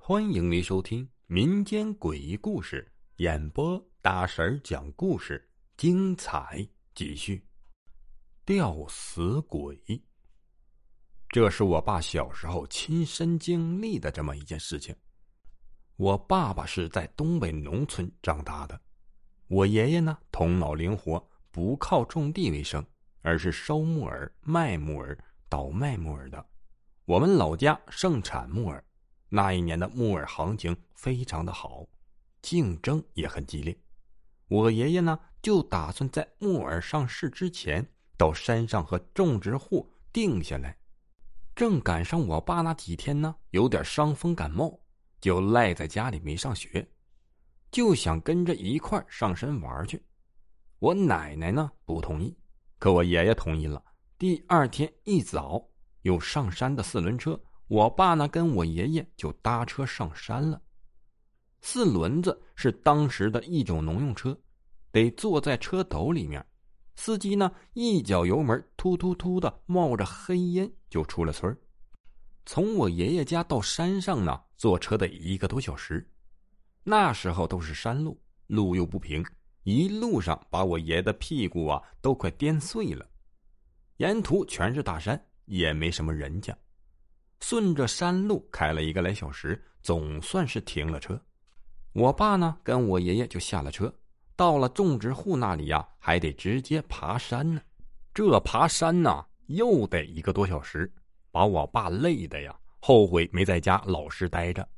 欢迎您收听民间诡异故事演播，大婶讲故事，精彩继续。吊死鬼，这是我爸小时候亲身经历的这么一件事情。我爸爸是在东北农村长大的，我爷爷呢头脑灵活，不靠种地为生，而是收木耳、卖木耳、倒卖木耳的。我们老家盛产木耳，那一年的木耳行情非常的好，竞争也很激烈。我爷爷呢就打算在木耳上市之前到山上和种植户定下来。正赶上我爸那几天呢有点伤风感冒，就赖在家里没上学，就想跟着一块上山玩去。我奶奶呢不同意，可我爷爷同意了。第二天一早，有上山的4轮车，我爸呢跟我爷爷就搭车上山了。4轮子是当时的一种农用车，得坐在车斗里面，司机呢一脚油门，突突突的冒着黑烟就出了村。从我爷爷家到山上呢坐车得1个多小时。那时候都是山路，路又不平，一路上把我爷的屁股都快颠碎了。沿途全是大山，也没什么人家。顺着山路开了1个来小时，总算是停了车。我爸呢跟我爷爷就下了车，到了种植户那里还得直接爬山呢。这爬山呢又得1个多小时，把我爸累的后悔没在家老实待着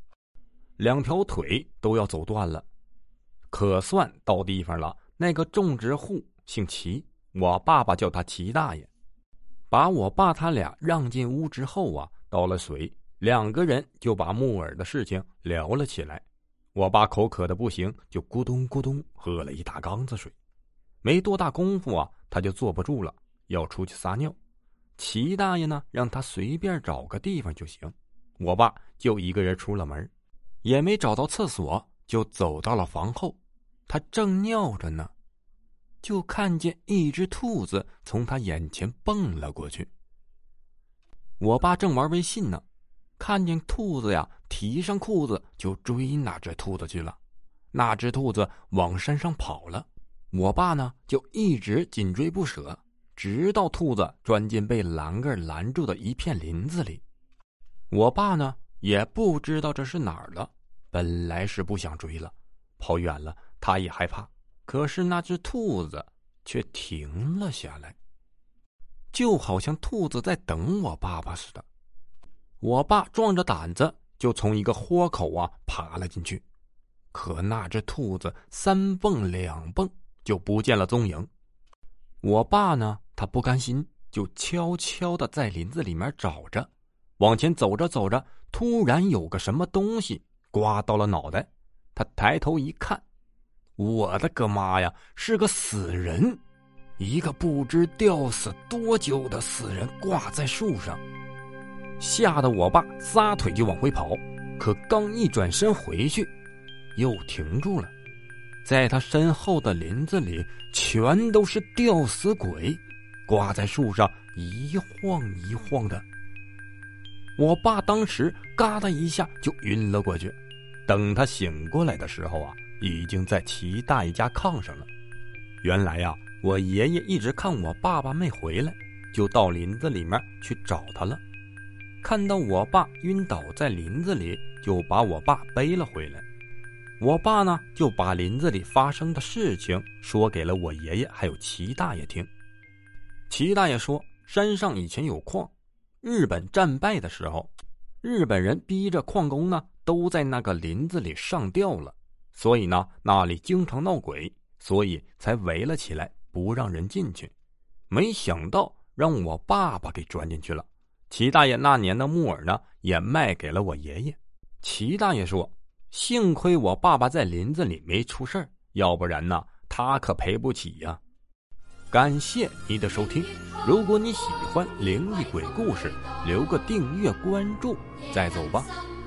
，2条腿都要走断了。可算到地方了，那个种植户姓齐，我爸爸叫他齐大爷。把我爸他俩让进屋之后倒了水，2个人就把木耳的事情聊了起来。我爸口渴的不行，就咕咚咕咚喝了1大缸子水。没多大功夫他就坐不住了，要出去撒尿。齐大爷呢让他随便找个地方就行。我爸就一个人出了门，也没找到厕所，就走到了房后。他正尿着呢，就看见一只兔子从他眼前蹦了过去。我爸正玩微信呢，看见兔子提上裤子就追那只兔子去了。那只兔子往山上跑了，我爸呢就一直紧追不舍，直到兔子钻进被栏杆拦住的一片林子里。我爸呢也不知道这是哪儿了，本来是不想追了，跑远了他也害怕，可是那只兔子却停了下来，就好像兔子在等我爸爸似的。我爸壮着胆子就从一个豁口爬了进去，可那只兔子3蹦2蹦就不见了踪影。我爸呢他不甘心，就悄悄地在林子里面找着。往前走着走着，突然有个什么东西刮到了脑袋。他抬头一看，我的个妈呀，是个死人，一个不知吊死多久的死人挂在树上。吓得我爸撒腿就往回跑，可刚一转身回去又停住了。在他身后的林子里全都是吊死鬼，挂在树上一晃一晃的。我爸当时嘎的一下就晕了过去，等他醒过来的时候已经在齐大爷家炕上了。原来我爷爷一直看我爸爸没回来，就到林子里面去找他了。看到我爸晕倒在林子里，就把我爸背了回来。我爸呢就把林子里发生的事情说给了我爷爷还有齐大爷听。齐大爷说，山上以前有矿，日本战败的时候，日本人逼着矿工呢都在那个林子里上吊了，所以呢那里经常闹鬼，所以才围了起来，不让人进去。没想到让我爸爸给钻进去了。齐大爷那年的木耳呢也卖给了我爷爷。齐大爷说，幸亏我爸爸在林子里没出事儿，要不然呢他可赔不起呀。感谢你的收听，如果你喜欢灵异鬼故事，留个订阅关注再走吧。